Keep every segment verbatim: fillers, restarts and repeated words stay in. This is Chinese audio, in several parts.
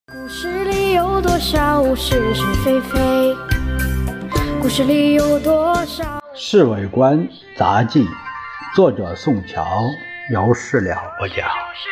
故事里有多少是是非非？故事里有多少？ 侍卫官杂记，作者宋乔，由事了不讲。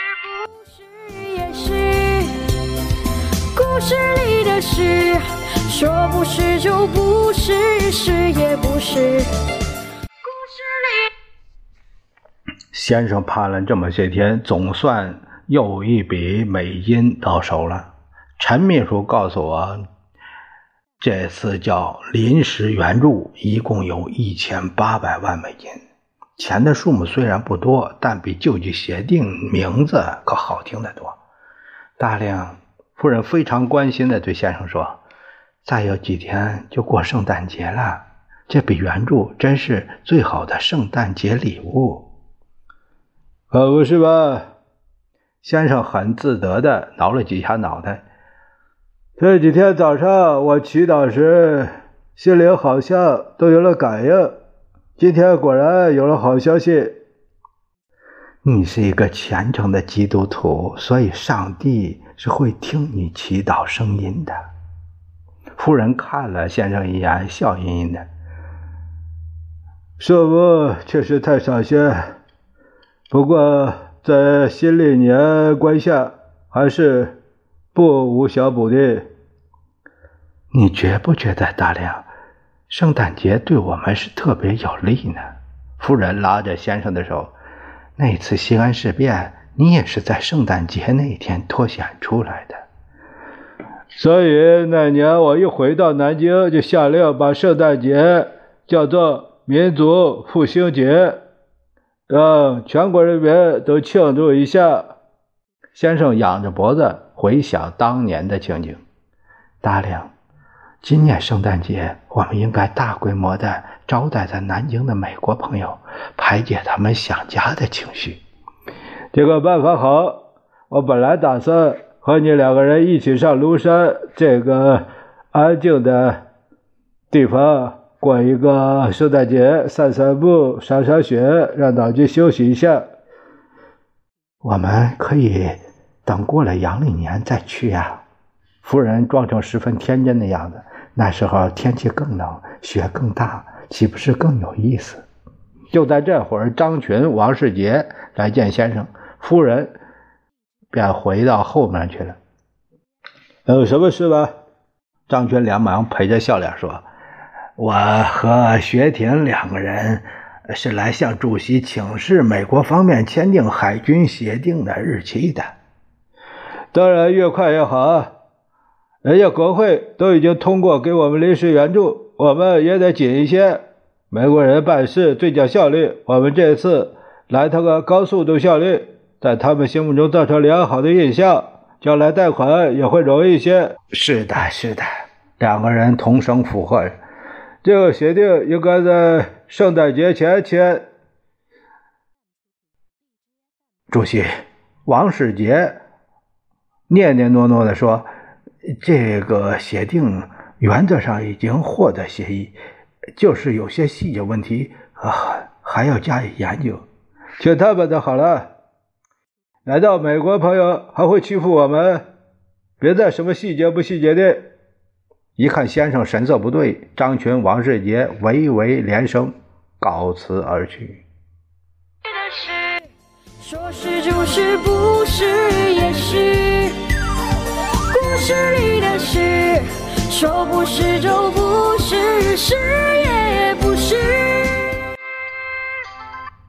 故事里的事，说不是就不是，是也不是。故事里， 先生盼了这么些天，总算又一笔美金到手了。陈秘书告诉我，这次叫临时援助，一共有一千八百万美金。钱的数目虽然不多，但比救济协定名字可好听得多。大令夫人非常关心地对先生说，再有几天就过圣诞节了，这笔援助真是最好的圣诞节礼物。可不是吧？先生很自得地挠了几下脑袋。这几天早上我祈祷时，心灵好像都有了感应，今天果然有了好消息。你是一个虔诚的基督徒，所以上帝是会听你祈祷声音的。夫人看了先生一眼，笑吟吟的。说不确实太伤心，不过在新历年关下还是不无小补的。你觉不觉得大亮，圣诞节对我们是特别有利呢？夫人拉着先生的手，那次西安事变，你也是在圣诞节那一天脱险出来的。所以那年我一回到南京，就下令把圣诞节叫做民族复兴节，让全国人民都庆祝一下。先生仰着脖子回想当年的情景。大亮，今年圣诞节我们应该大规模的招待在南京的美国朋友，排解他们想家的情绪。这个办法好，我本来打算和你两个人一起上庐山这个安静的地方过一个圣诞节，散散步，赏赏雪，让脑筋休息一下。我们可以等过了阳历年再去啊。夫人装成十分天真的样子，那时候天气更冷，雪更大，岂不是更有意思？就在这会儿，张群、王世杰来见先生，夫人便回到后面去了。有什么事吗？张群连忙陪着笑脸说，我和学庭两个人是来向主席请示美国方面签订海军协定的日期的。当然越快越好啊，人家国会都已经通过给我们临时援助，我们也得紧一些。美国人办事最讲效率，我们这次来他个高速度效率，在他们心目中造成良好的印象，将来贷款也会容易一些。是的，是的，两个人同声附和。这个协定应该在圣诞节前签。主席，王世杰念念诺诺地说，这个协定原则上已经获得协议，就是有些细节问题啊，还要加以研究。听他们的好了，难道美国朋友还会欺负我们？别再什么细节不细节的。一看先生神色不对，张群、王世杰微微连声，告辞而去。 说是就是，不是也是。故事里的事，说不是就不